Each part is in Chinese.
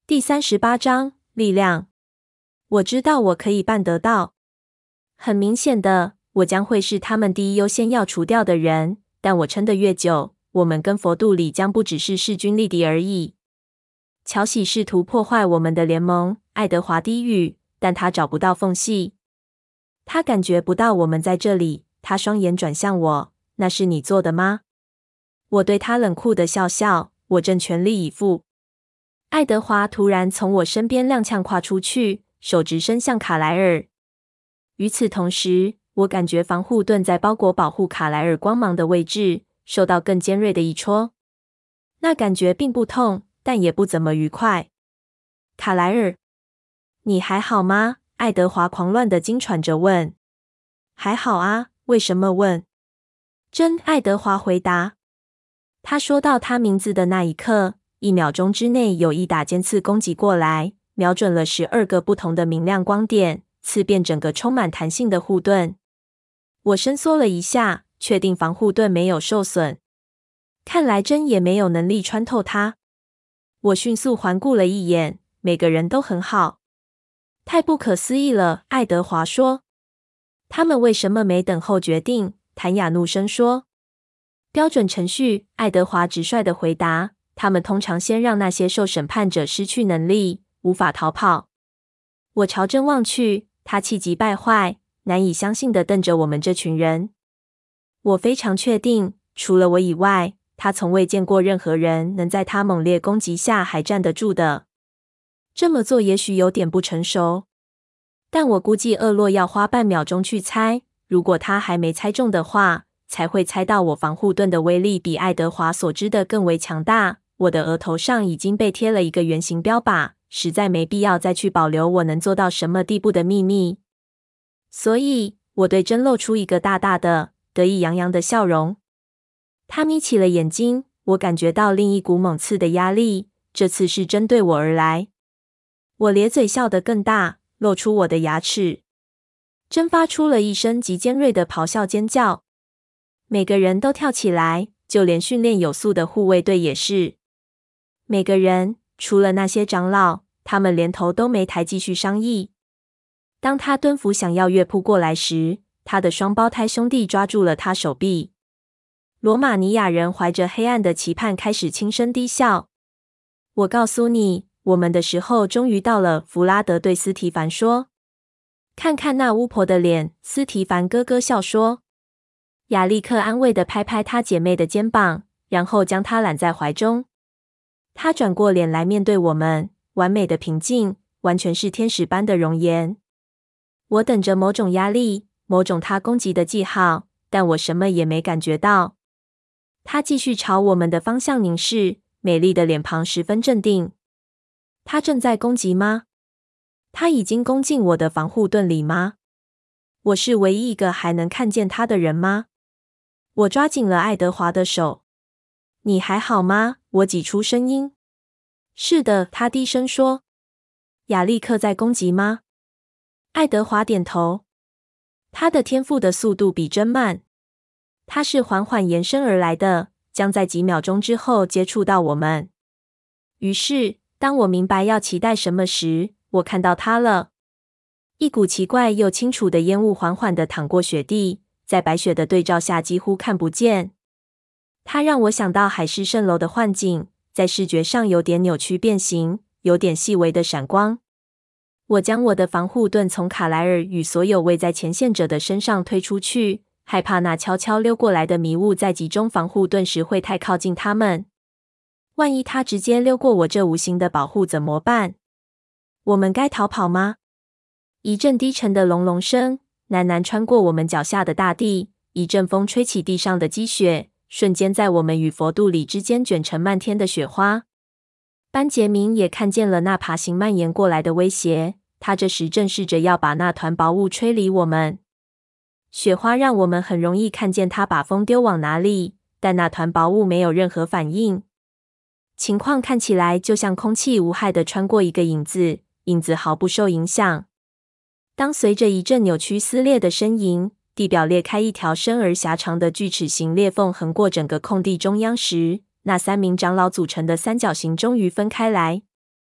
第38章力量。我知道我可以办得到。很明显的，我将会是他们第一优先要除掉的人，但我撑得越久，我们跟佛度里将不只是势均力敌而已。乔喜试图破坏我们的联盟，爱德华低语，但他找不到缝隙。他感觉不到我们在这里，他双眼转向我，那是你做的吗？我对他冷酷的笑笑，我正全力以赴。爱德华突然从我身边踉跄跨出去，手直伸向卡莱尔。与此同时，我感觉防护盾在包裹保护卡莱尔光芒的位置受到更尖锐的一戳。那感觉并不痛，但也不怎么愉快。卡莱尔，你还好吗？爱德华狂乱地惊喘着问。还好啊，为什么问？爱德华回答。他说到他名字的那一刻，1秒钟之内有一打尖刺攻击过来，瞄准了12个不同的明亮光点，刺遍整个充满弹性的护盾。我伸缩了一下，确定防护盾没有受损。看来也没有能力穿透它。我迅速环顾了一眼，每个人都很好。太不可思议了，爱德华说。他们为什么没等候决定？谭雅怒声说。标准程序，爱德华直率地回答。他们通常先让那些受审判者失去能力，无法逃跑。我朝真望去，他气急败坏，难以相信地瞪着我们这群人。我非常确定，除了我以外，他从未见过任何人能在他猛烈攻击下还站得住的。这么做也许有点不成熟，但我估计厄洛要花半秒钟去猜，如果他还没猜中的话，才会猜到我防护盾的威力比爱德华所知的更为强大。我的额头上已经被贴了一个圆形标靶，实在没必要再去保留我能做到什么地步的秘密。所以，我对真露出一个大大的、得意洋洋的笑容。他眯起了眼睛，我感觉到另一股猛刺的压力，这次是针对我而来。我咧嘴笑得更大，露出我的牙齿。真发出了一声极尖锐的咆哮尖叫。每个人都跳起来，就连训练有素的护卫队也是。每个人，除了那些长老，他们连头都没抬继续商议。当他蹲伏想要跃扑过来时，他的双胞胎兄弟抓住了他手臂。罗马尼亚人怀着黑暗的期盼开始轻声低笑。我告诉你，我们的时候终于到了，弗拉德对斯提凡说。看看那巫婆的脸，斯提凡咯咯笑说。亚历克安慰地拍拍他姐妹的肩膀，然后将她揽在怀中。他转过脸来面对我们，完美的平静，完全是天使般的容颜。我等着某种压力，某种他攻击的记号，但我什么也没感觉到。他继续朝我们的方向凝视，美丽的脸庞十分镇定。他正在攻击吗？他已经攻进我的防护盾里吗？我是唯一一个还能看见他的人吗？我抓紧了爱德华的手。你还好吗？我挤出声音。是的，他低声说。亚历克在攻击吗？爱德华点头。他的天赋的速度比真慢。他是缓缓延伸而来的，将在几秒钟之后接触到我们。于是，当我明白要期待什么时，我看到他了。一股奇怪又清楚的烟雾缓缓地淌过雪地，在白雪的对照下几乎看不见。它让我想到海市蜃楼的幻境，在视觉上有点扭曲变形，有点细微的闪光。我将我的防护盾从卡莱尔与所有位在前线者的身上推出去，害怕那悄悄溜过来的迷雾在集中防护盾时会太靠近他们。万一他直接溜过我这无形的保护怎么办？我们该逃跑吗？一阵低沉的隆隆声喃喃穿过我们脚下的大地，一阵风吹起地上的积雪，瞬间在我们与佛度里之间卷成漫天的雪花。班杰明也看见了那爬行蔓延过来的威胁，他这时正试着要把那团薄雾吹离我们。雪花让我们很容易看见他把风丢往哪里，但那团薄雾没有任何反应。情况看起来就像空气无害地穿过一个影子，影子毫不受影响。当随着一阵扭曲撕裂的呻吟，地表裂开一条深而狭长的锯齿形裂缝横过整个空地中央时，那3名长老组成的三角形终于分开来。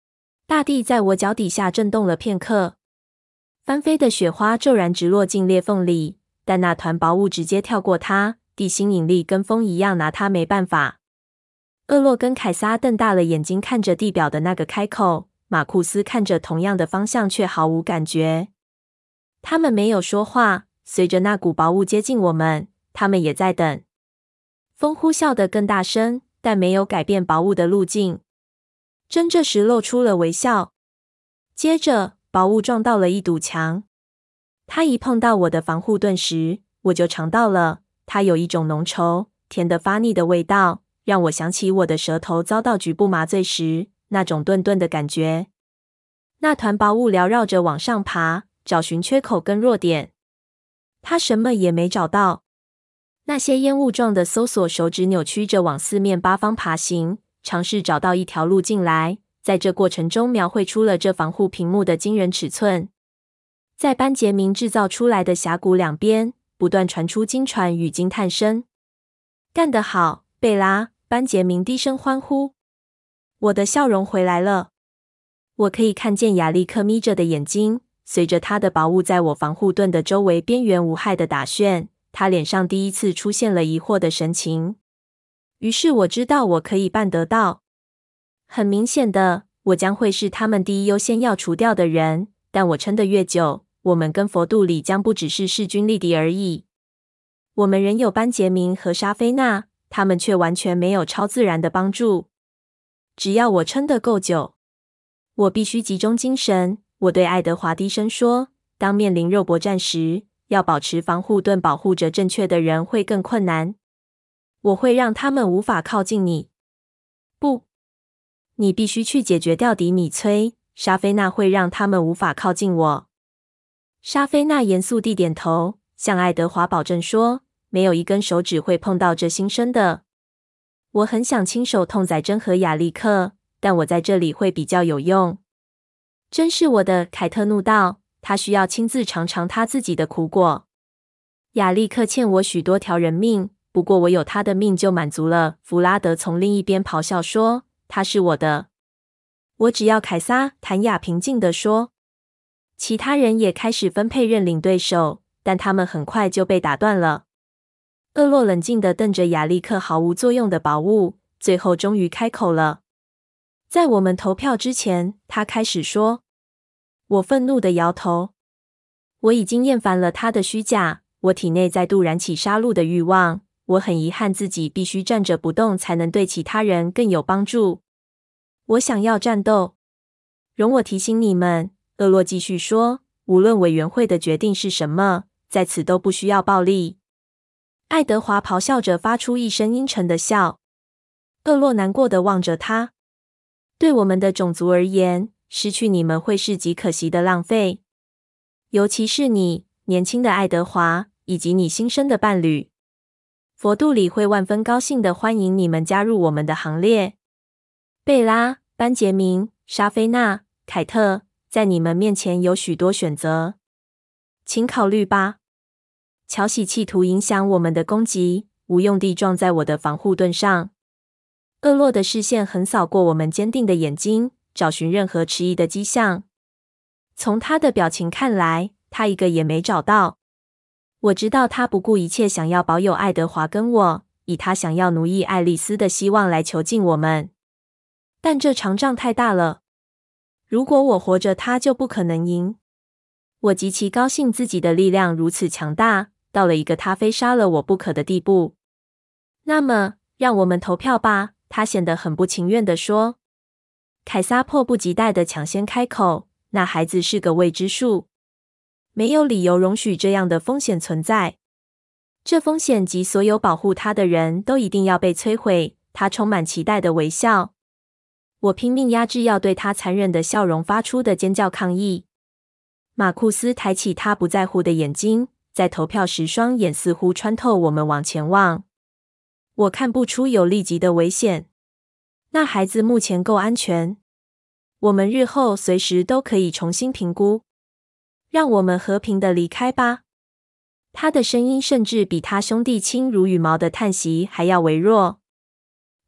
大地在我脚底下震动了片刻，翻飞的雪花骤然直落进裂缝里，但那团薄雾直接跳过它，地心引力跟风一样拿它没办法。厄洛跟凯撒瞪大了眼睛看着地表的那个开口，马库斯看着同样的方向却毫无感觉。他们没有说话，随着那股薄雾接近我们，他们也在等。风呼啸得更大声，但没有改变薄雾的路径。真这时露出了微笑。接着，薄雾撞到了一堵墙。它一碰到我的防护盾时，我就尝到了，它有一种浓稠、甜得发腻的味道，让我想起我的舌头遭到局部麻醉时那种顿顿的感觉。那团薄雾缭绕着往上爬，找寻缺口跟弱点。它什么也没找到。那些烟雾状的搜索手指扭曲着往四面八方爬行，尝试找到一条路进来，在这过程中描绘出了这防护屏幕的惊人尺寸。在班杰明制造出来的峡谷两边，不断传出惊喘与惊叹声。干得好，贝拉！班杰明低声欢呼。我的笑容回来了。我可以看见亚历克眯着的眼睛，随着他的薄雾在我防护盾的周围边缘无害的打旋，他脸上第一次出现了疑惑的神情。于是我知道我可以办得到。很明显的，我将会是他们第一优先要除掉的人，但我撑得越久，我们跟佛度里将不只是势均力敌而已。我们仍有班杰明和莎菲娜，他们却完全没有超自然的帮助。只要我撑得够久，我必须集中精神。我对爱德华低声说，当面临肉搏战时，要保持防护盾保护着正确的人会更困难。我会让他们无法靠近你。不，你必须去解决掉迪米崔。莎菲娜会让他们无法靠近我。莎菲娜严肃地点头，向爱德华保证说，没有一根手指会碰到这新生的。我很想亲手痛宰珍和亚历克，但我在这里会比较有用。真是我的，凯特怒道，他需要亲自尝尝他自己的苦果。亚历克欠我许多条人命，不过我有他的命就满足了。弗拉德从另一边咆哮说，他是我的。我只要凯撒，谭雅平静地说。其他人也开始分配认领对手，但他们很快就被打断了。厄洛冷静地瞪着亚历克毫无作用的薄雾，最后终于开口了。在我们投票之前，他开始说。我愤怒地摇头。我已经厌烦了他的虚假，我体内再度燃起杀戮的欲望。我很遗憾自己必须站着不动才能对其他人更有帮助。我想要战斗。容我提醒你们，厄洛继续说，无论委员会的决定是什么，在此都不需要暴力。爱德华咆哮着发出一声阴沉的笑。厄洛难过地望着他。对我们的种族而言，失去你们会是极可惜的浪费。尤其是你，年轻的爱德华，以及你新生的伴侣。佛度里会万分高兴地欢迎你们加入我们的行列。贝拉、班杰明、莎菲娜、凯特，在你们面前有许多选择，请考虑吧。乔喜企图影响我们的攻击，无用地撞在我的防护盾上。厄洛的视线横扫过我们坚定的眼睛，找寻任何迟疑的迹象。从他的表情看来，他一个也没找到。我知道他不顾一切想要保有爱德华跟我，以他想要奴役爱丽丝的希望来囚禁我们。但这场仗太大了，如果我活着，他就不可能赢。我极其高兴自己的力量如此强大，到了一个他非杀了我不可的地步。那么，让我们投票吧，他显得很不情愿地说。凯撒迫不及待地抢先开口，那孩子是个未知数，没有理由容许这样的风险存在。这风险及所有保护他的人都一定要被摧毁。他充满期待的微笑。我拼命压制要对他残忍的笑容发出的尖叫抗议。马库斯抬起他不在乎的眼睛，在投票时双眼似乎穿透我们往前望。我看不出有立即的危险。那孩子目前够安全，我们日后随时都可以重新评估。让我们和平的离开吧。他的声音甚至比他兄弟轻如羽毛的叹息还要微弱。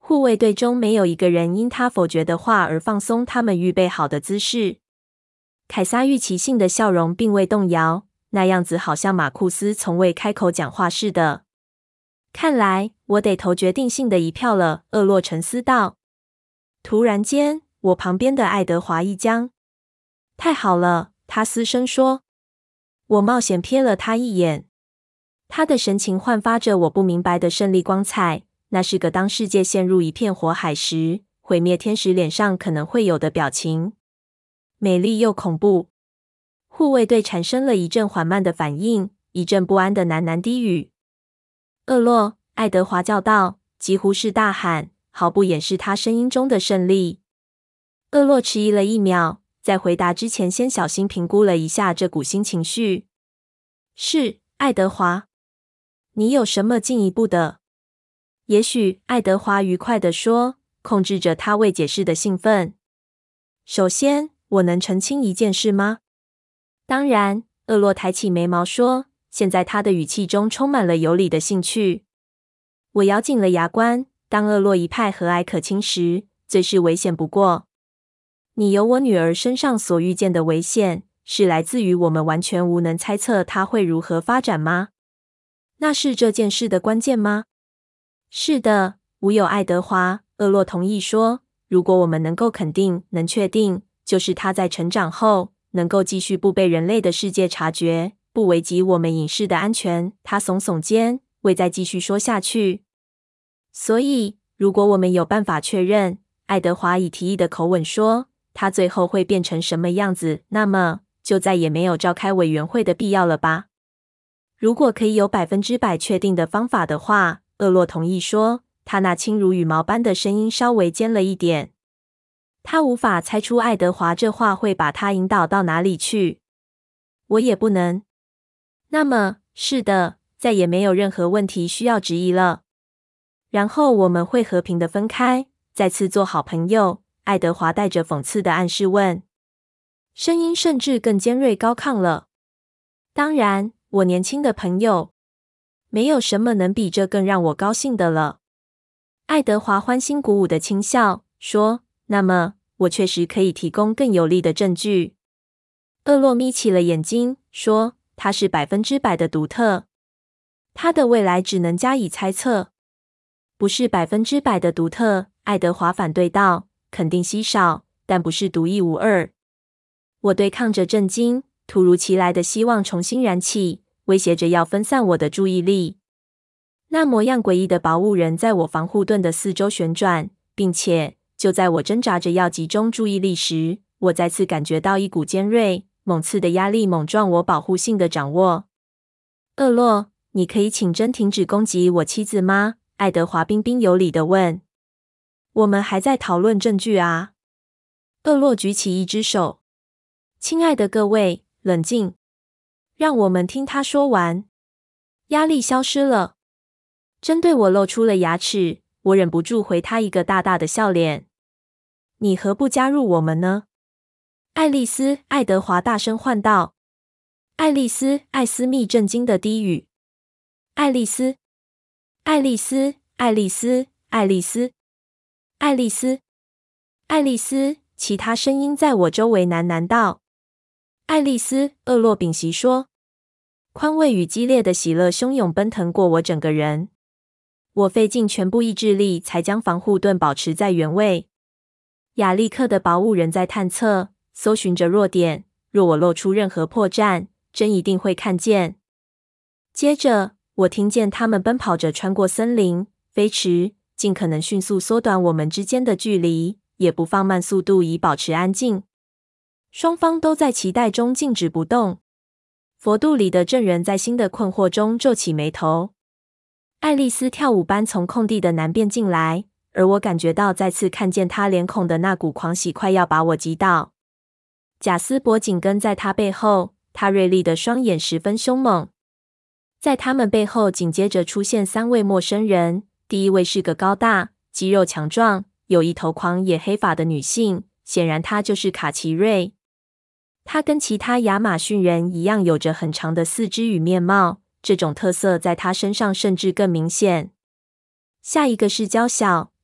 护卫队中没有一个人因他否决的话而放松他们预备好的姿势。凯撒预期性的笑容并未动摇，那样子好像马库斯从未开口讲话似的。看来我得投决定性的一票了，厄洛沉思道。突然间，我旁边的爱德华一僵。太好了，他嘶声说。我冒险瞥了他一眼，他的神情焕发着我不明白的胜利光彩，那是个当世界陷入一片火海时，毁灭天使脸上可能会有的表情。美丽又恐怖。护卫队产生了一阵缓慢的反应，一阵不安的喃喃低语。厄洛，爱德华叫道，几乎是大喊，毫不掩饰他声音中的胜利。厄洛迟疑了一秒，在回答之前先小心评估了一下这股新情绪。是，爱德华。你有什么进一步的？也许，爱德华愉快地说，控制着他未解释的兴奋。首先，我能澄清一件事吗？当然，厄洛抬起眉毛说，现在他的语气中充满了有理的兴趣。我咬紧了牙关，当厄洛一派和蔼可亲时，最是危险不过。你有我女儿身上所遇见的危险，是来自于我们完全无能猜测它会如何发展吗？那是这件事的关键吗？是的，无有爱德华，厄洛同意说，如果我们能够肯定，能确定，就是他在成长后能够继续不被人类的世界察觉，不危及我们隐士的安全。他耸耸肩，未再继续说下去。所以，如果我们有办法确认，爱德华以提议的口吻说，他最后会变成什么样子，那么就再也没有召开委员会的必要了吧？如果可以有100%确定的方法的话，厄洛同意说，他那轻如羽毛般的声音稍微尖了一点。他无法猜出爱德华这话会把他引导到哪里去。我也不能。那么，是的，再也没有任何问题需要质疑了。然后我们会和平的分开，再次做好朋友。爱德华带着讽刺的暗示问，声音甚至更尖锐高亢了。当然，我年轻的朋友，没有什么能比这更让我高兴的了。爱德华欢欣鼓舞的轻笑，说，那么，我确实可以提供更有力的证据。厄洛眯起了眼睛，说，他是100%的独特。他的未来只能加以猜测。不是100%的独特，爱德华反对道，肯定稀少，但不是独一无二。我对抗着震惊，突如其来的希望重新燃起，威胁着要分散我的注意力。那模样诡异的薄雾人在我防护盾的四周旋转，并且就在我挣扎着要集中注意力时，我再次感觉到一股尖锐、猛刺的压力猛撞我保护性的掌握。厄洛，你可以请真停止攻击我妻子吗？爱德华彬彬有礼地问。我们还在讨论证据啊。厄洛举起一只手。亲爱的各位，冷静。让我们听他说完。压力消失了。针对我露出了牙齿，我忍不住回他一个大大的笑脸。你何不加入我们呢？爱丽丝，爱德华大声唤道。爱丽丝，艾斯密震惊的低语。爱丽丝，爱丽丝，爱丽丝，爱丽丝。爱丽丝，爱丽丝，其他声音在我周围喃喃道。爱丽丝，厄洛屏息说。宽慰与激烈的喜乐汹涌奔腾过我整个人。我费尽全部意志力才将防护盾保持在原位。亚历克的薄雾人在探测，搜寻着弱点，若我露出任何破绽，真一定会看见。接着，我听见他们奔跑着穿过森林，飞驰，尽可能迅速缩短我们之间的距离，也不放慢速度以保持安静。双方都在期待中静止不动。佛度里的证人在新的困惑中皱起眉头。爱丽丝跳舞般从空地的南边进来，而我感觉到再次看见她脸孔的那股狂喜快要把我击倒。贾斯伯紧跟在她背后，他锐利的双眼十分凶猛。在他们背后紧接着出现3位陌生人，第一位是个高大、肌肉强壮、有一头狂野黑发的女性，显然她就是卡奇瑞。她跟其他亚马逊人一样有着很长的四肢与面貌，这种特色在她身上甚至更明显。下一个是娇小、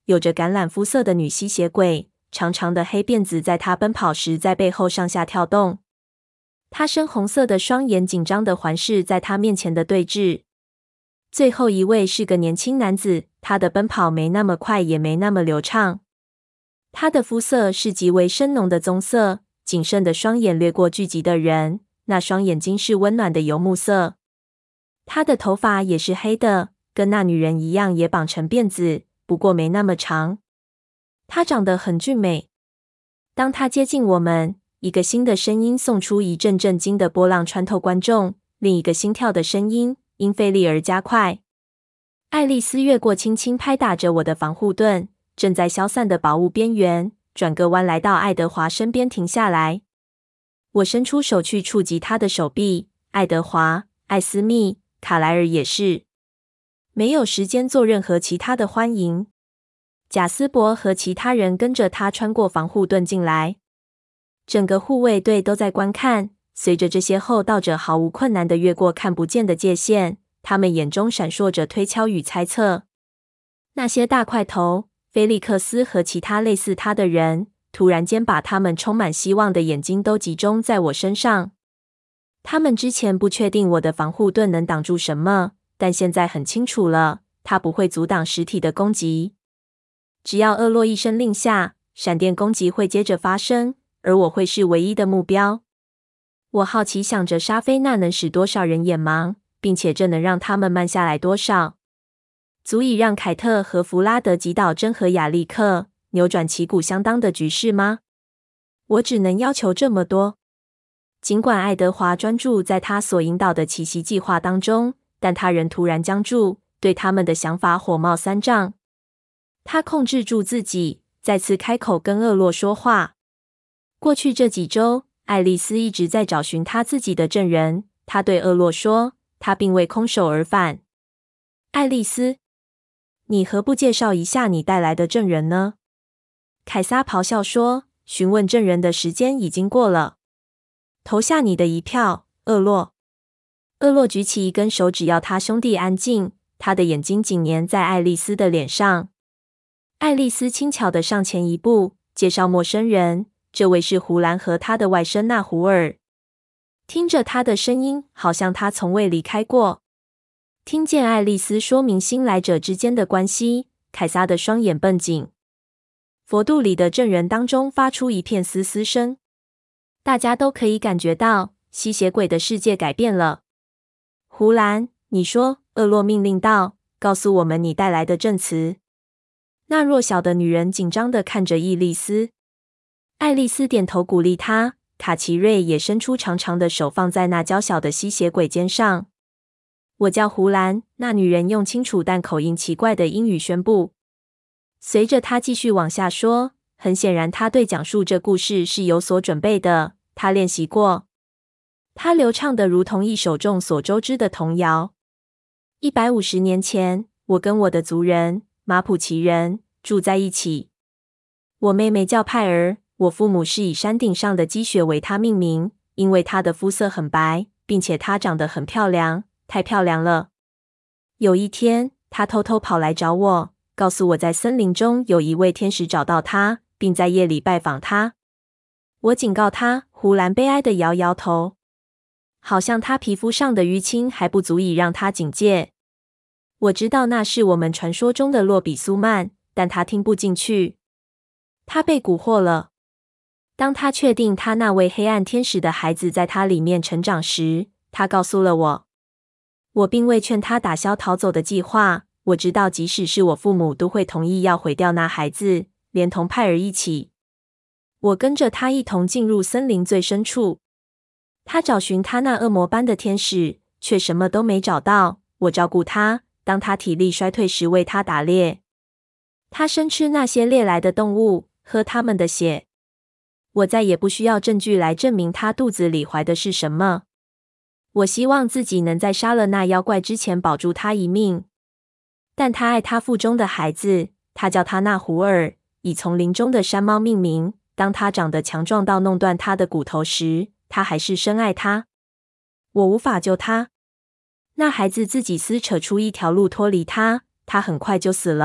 有着橄榄肤色的女吸血鬼，长长的黑辫子在她奔跑时在背后上下跳动。她深红色的双眼紧张地环视在她面前的对峙。最后一位是个年轻男子，他的奔跑没那么快，也没那么流畅。他的肤色是极为深浓的棕色，谨慎的双眼掠过聚集的人，那双眼睛是温暖的油木色。他的头发也是黑的，跟那女人一样也绑成辫子，不过没那么长。他长得很俊美。当他接近我们，一个新的声音送出一阵震惊的波浪，穿透观众，另一个心跳的声音因费力而加快。爱丽丝越过轻轻拍打着我的防护盾，正在消散的薄雾边缘，转个弯来到爱德华身边停下来。我伸出手去触及他的手臂，爱德华、艾斯密、卡莱尔也是。没有时间做任何其他的欢迎。贾斯伯和其他人跟着他穿过防护盾进来，整个护卫队都在观看。随着这些后盗者毫无困难地越过看不见的界限，他们眼中闪烁着推敲与猜测。那些大块头菲利克斯和其他类似他的人，突然间把他们充满希望的眼睛都集中在我身上。他们之前不确定我的防护盾能挡住什么，但现在很清楚了，它不会阻挡实体的攻击。只要厄洛一声令下，闪电攻击会接着发生，而我会是唯一的目标。我好奇想着沙菲娜能使多少人眼盲，并且这能让他们慢下来多少？足以让凯特和弗拉德击倒珍和亚历克，扭转旗鼓相当的局势吗？我只能要求这么多。尽管爱德华专注在他所引导的奇袭计划当中，但他人突然僵住，对他们的想法火冒三丈。他控制住自己，再次开口跟厄洛说话。过去这几周，爱丽丝一直在找寻她自己的证人。她对厄洛说，她并未空手而返。爱丽丝，你何不介绍一下你带来的证人呢？凯撒咆哮说，询问证人的时间已经过了。投下你的一票，厄洛。厄洛举起一根手指要他兄弟安静，他的眼睛紧粘在爱丽丝的脸上。爱丽丝轻巧地上前一步，介绍陌生人，这位是胡兰和他的外甥纳胡尔。听着他的声音，好像他从未离开过。听见爱丽丝说明新来者之间的关系，凯撒的双眼绷紧。佛度里的证人当中发出一片嘶嘶声，大家都可以感觉到吸血鬼的世界改变了。胡兰，你说，厄洛命令道，告诉我们你带来的证词。那弱小的女人紧张地看着伊丽丝。爱丽丝点头鼓励她，卡奇瑞也伸出长长的手放在那娇小的吸血鬼肩上。我叫胡兰，那女人用清楚但口音奇怪的英语宣布。随着她继续往下说，很显然她对讲述这故事是有所准备的，她练习过。她流畅的如同一首众所周知的童谣。150年前，我跟我的族人马普奇人住在一起。我妹妹叫派儿，我父母是以山顶上的积雪为她命名，因为她的肤色很白，并且她长得很漂亮，太漂亮了。有一天，她偷偷跑来找我，告诉我在森林中有一位天使找到她，并在夜里拜访她。我警告她，胡兰悲哀地摇摇头，好像她皮肤上的淤青还不足以让她警戒。我知道那是我们传说中的洛比苏曼，但她听不进去。她被蛊惑了。当她确定她那位黑暗天使的孩子在她里面成长时，她告诉了我。我并未劝她打消逃走的计划。我知道即使是我父母都会同意要毁掉那孩子，连同派儿一起。我跟着她一同进入森林最深处。她找寻她那恶魔般的天使，却什么都没找到。我照顾她，当她体力衰退时为她打猎。她生吃那些猎来的动物，喝它们的血。我再也不需要证据来证明她肚子里怀的是什么。我希望自己能在杀了那妖怪之前保住她一命。但她爱她腹中的孩子，她叫他纳胡尔，以丛林中的山猫命名。当他长得强壮到弄断他的骨头时，他还是深爱他。我无法救他。那孩子自己撕扯出一条路脱离他，他很快就死了。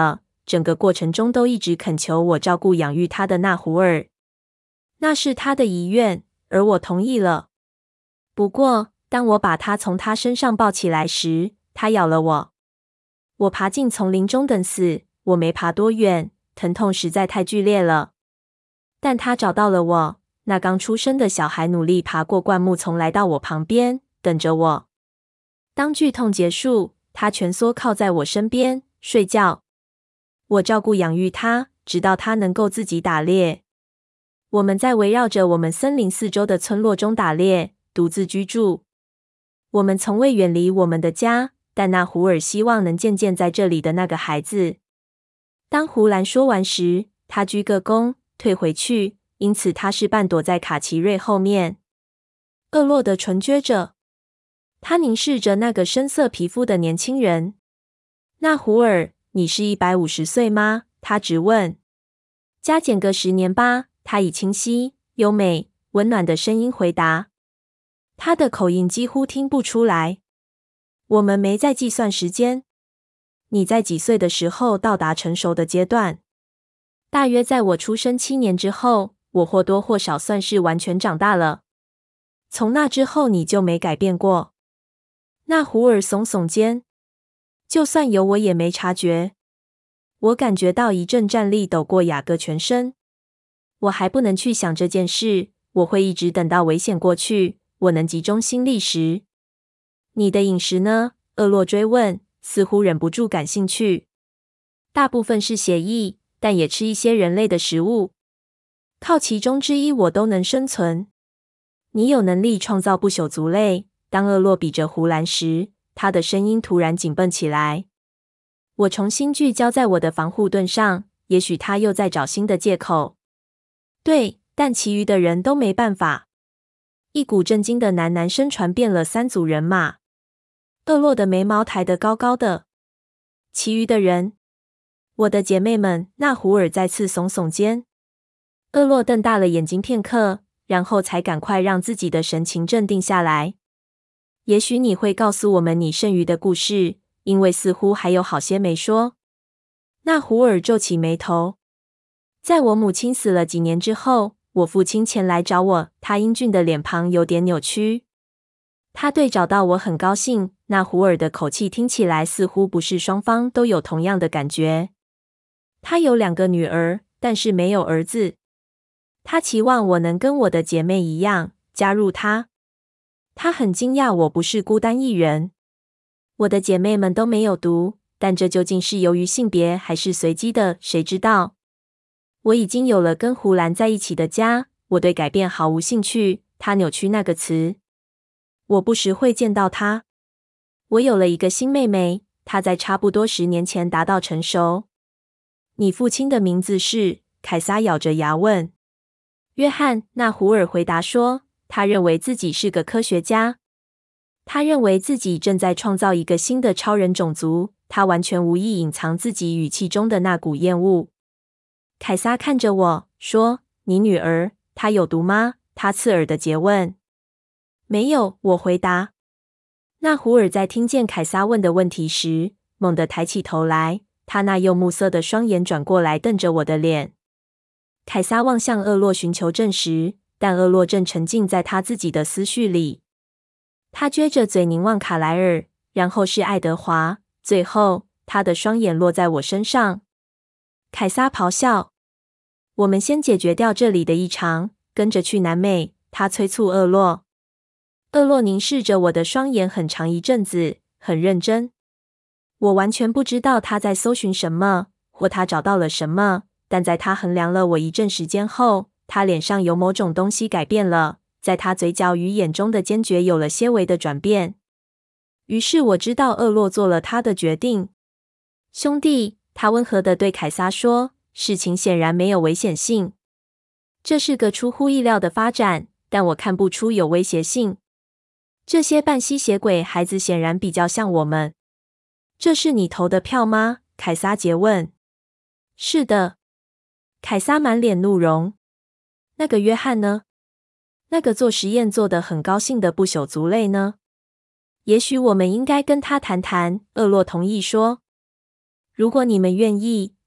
整个过程中都一直恳求我照顾养育他的纳胡尔。那是他的遗愿，而我同意了。不过，当我把他从他身上抱起来时，他咬了我。我爬进丛林中等死，我没爬多远，疼痛实在太剧烈了。但他找到了我，那刚出生的小孩努力爬过灌木丛来到我旁边，等着我。当剧痛结束，他蜷缩靠在我身边，睡觉。我照顾养育他，直到他能够自己打猎。我们在围绕着我们森林四周的村落中打猎，独自居住。我们从未远离我们的家，但那胡尔希望能见见在这里的那个孩子。当胡兰说完时，他鞠个躬，退回去，因此他是半躲在卡奇瑞后面。厄洛的唇撅着，他凝视着那个深色皮肤的年轻人。那胡尔，你是150岁吗？他直问。加减个10年吧，他以清晰、优美、温暖的声音回答。他的口音几乎听不出来。我们没在计算时间。你在几岁的时候到达成熟的阶段？大约在我出生7年之后，我或多或少算是完全长大了。从那之后你就没改变过。那胡尔耸耸肩。就算有我也没察觉。我感觉到一阵战栗抖过雅各全身。我还不能去想这件事，我会一直等到危险过去，我能集中心力时。你的饮食呢？厄洛追问，似乎忍不住感兴趣。大部分是血液，但也吃一些人类的食物。靠其中之一我都能生存。你有能力创造不朽族类。当厄洛比着胡兰时，他的声音突然紧绷起来。我重新聚焦在我的防护盾上，也许他又在找新的借口。对，但其余的人都没办法。一股震惊的喃声传遍了3组人马。厄洛的眉毛抬得高高的。其余的人，我的姐妹们，那胡尔再次耸耸肩。厄洛瞪大了眼睛片刻，然后才赶快让自己的神情镇定下来。也许你会告诉我们你剩余的故事，因为似乎还有好些没说。那胡尔皱起眉头。在我母亲死了几年之后，我父亲前来找我，他英俊的脸庞有点扭曲。他对找到我很高兴。那胡尔的口气听起来似乎不是双方都有同样的感觉。他有2个女儿，但是没有儿子。他期望我能跟我的姐妹一样加入他。他很惊讶我不是孤单一人。我的姐妹们都没有读，但这究竟是由于性别还是随机的，谁知道？我已经有了跟胡兰在一起的家，我对改变毫无兴趣。他扭曲那个词。我不时会见到他。我有了一个新妹妹，她在差不多10年前达到成熟。你父亲的名字是？凯撒咬着牙问。约翰，那胡尔回答说，他认为自己是个科学家。他认为自己正在创造一个新的超人种族，他完全无意隐藏自己语气中的那股厌恶。凯撒看着我说，你女儿，她有毒吗？他刺耳的诘问。没有，我回答。那胡尔在听见凯撒问的问题时，猛地抬起头来，他那又目色的双眼转过来瞪着我的脸。凯撒望向厄洛寻求证实，但厄洛正沉浸在他自己的思绪里。他撅着嘴凝望卡莱尔，然后是爱德华，最后他的双眼落在我身上。凯撒咆哮：我们先解决掉这里的异常，跟着去南美，他催促厄洛。厄洛凝视着我的双眼很长一阵子，很认真。我完全不知道他在搜寻什么，或他找到了什么，但在他衡量了我一阵时间后，他脸上有某种东西改变了，在他嘴角与眼中的坚决有了些微的转变。于是我知道厄洛做了他的决定。兄弟，他温和地对凯撒说，事情显然没有危险性。这是个出乎意料的发展，但我看不出有威胁性。这些半吸血鬼孩子显然比较像我们。这是你投的票吗？凯撒诘问。是的。凯撒满脸怒容。那个约翰呢？那个做实验做得很高兴的不朽族类呢？也许我们应该跟他谈谈，厄洛同意说。如果你们愿意，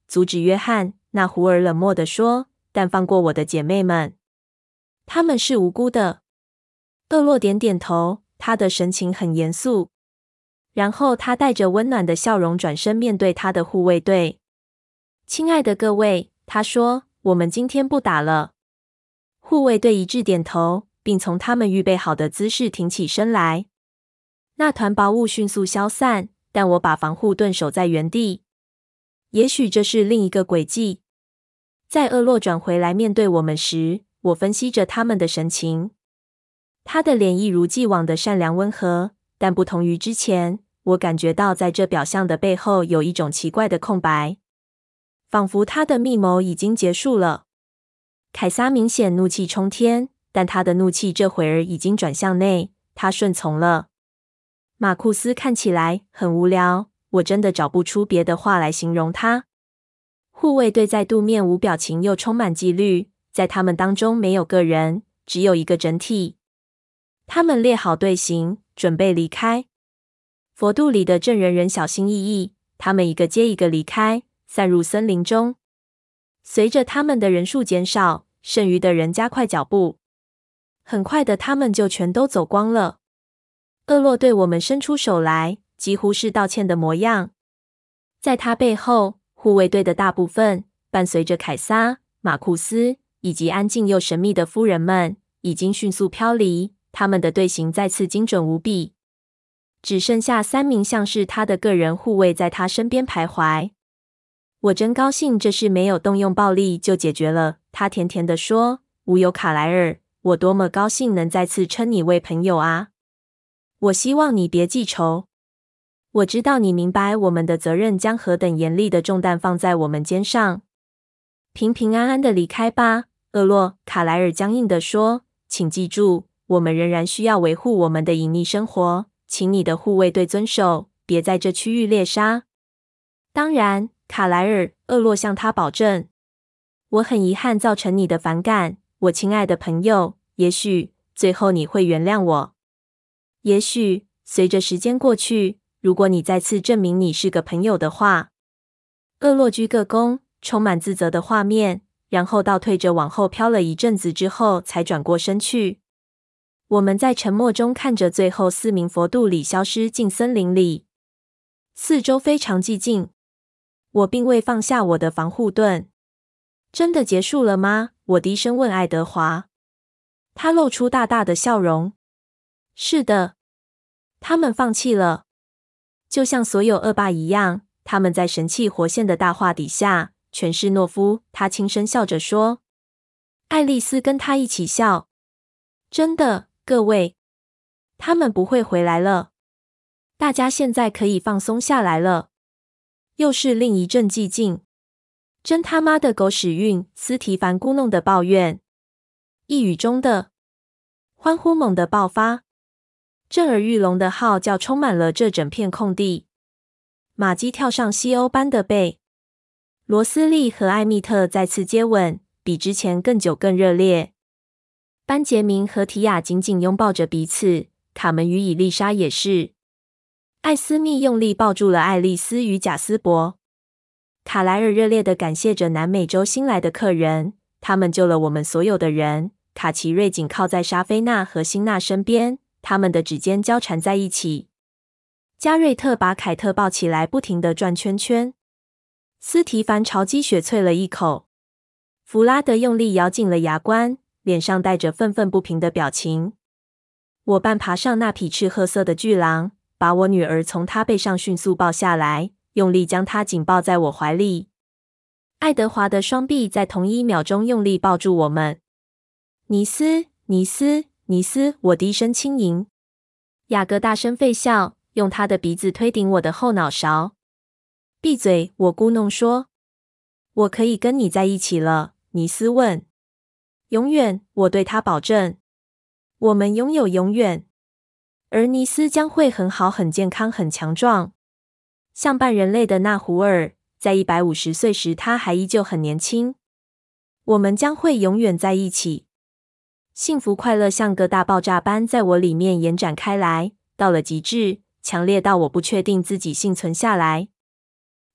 阻止约翰。那胡尔冷漠地说，但放过我的姐妹们，她们是无辜的。厄洛点点头，他的神情很严肃。然后他带着温暖的笑容转身面对他的护卫队。亲爱的各位，他说，我们今天不打了。护卫队一致点头，并从他们预备好的姿势挺起身来。那团薄雾迅速消散，但我把防护盾守在原地。也许这是另一个诡计。在厄洛转回来面对我们时，我分析着他们的神情。他的脸一如既往的善良温和，但不同于之前，我感觉到在这表象的背后有一种奇怪的空白，仿佛他的密谋已经结束了。凯撒明显怒气冲天，但他的怒气这会儿已经转向内，他顺从了。马库斯看起来很无聊，我真的找不出别的话来形容他。护卫队再度面无表情又充满纪律，在他们当中没有个人，只有一个整体。他们列好队形，准备离开。佛度里的证人人小心翼翼，他们一个接一个离开，散入森林中。随着他们的人数减少，剩余的人加快脚步。很快的，他们就全都走光了。厄洛对我们伸出手来，几乎是道歉的模样。在他背后，护卫队的大部分，伴随着凯撒、马库斯以及安静又神秘的夫人们，已经迅速飘离。他们的队形再次精准无比，只剩下3名像是他的个人护卫在他身边徘徊。我真高兴这事没有动用暴力就解决了，他甜甜地说，无有卡莱尔，我多么高兴能再次称你为朋友啊！我希望你别记仇。我知道你明白我们的责任将何等严厉的重担放在我们肩上。平平安安的离开吧，厄洛，卡莱尔僵硬地说，请记住，我们仍然需要维护我们的隐匿生活，请你的护卫队遵守，别在这区域猎杀。当然，卡莱尔，厄洛向他保证。我很遗憾造成你的反感，我亲爱的朋友，也许最后你会原谅我。也许随着时间过去，如果你再次证明你是个朋友的话。厄洛鞠个躬，充满自责的画面，然后倒退着往后飘了一阵子之后才转过身去。我们在沉默中看着最后4名佛度里消失进森林里，四周非常寂静。我并未放下我的防护盾。真的结束了吗？我低声问爱德华。他露出大大的笑容。是的，他们放弃了，就像所有恶霸一样，他们在神气活现的大话底下全是懦夫。他轻声笑着说。爱丽丝跟他一起笑。真的，各位，他们不会回来了。大家现在可以放松下来了。又是另一阵寂静。真他妈的狗屎运！斯提凡咕哝的抱怨。一语中的欢呼猛地爆发，震耳欲聋的号叫充满了这整片空地。马基跳上西欧班的背，罗斯利和艾米特再次接吻，比之前更久更热烈。班杰明和提亚紧紧拥抱着彼此，卡门与伊丽莎也是。艾斯密用力抱住了爱丽丝与贾斯伯。卡莱尔热烈地感谢着南美洲新来的客人，他们救了我们所有的人。卡奇瑞紧靠在莎菲娜和辛娜身边，他们的指尖交缠在一起。加瑞特把凯特抱起来，不停地转圈圈。斯提凡朝鸡血啐了一口。弗拉德用力咬紧了牙关，脸上带着愤愤不平的表情。我半爬上那匹赤褐色的巨狼，把我女儿从她背上迅速抱下来，用力将她紧抱在我怀里。爱德华的双臂在同一秒钟用力抱住我们。尼斯，尼斯，尼斯！我低声轻吟。雅各大声吠笑，用他的鼻子推顶我的后脑勺。闭嘴！我咕哝说。我可以跟你在一起了，尼斯问。永远，我对他保证。我们拥有永远。而尼斯将会很好、很健康、很强壮，像半人类的纳胡尔。在150岁时，他还依旧很年轻。我们将会永远在一起。幸福快乐像个大爆炸般在我里面延展开来，到了极致，强烈到我不确定自己幸存下来。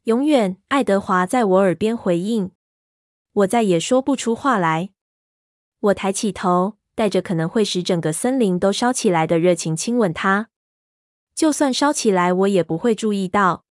永远，爱德华在我耳边回应。我再也说不出话来。我抬起头，带着可能会使整个森林都烧起来的热情亲吻他。就算烧起来，我也不会注意到。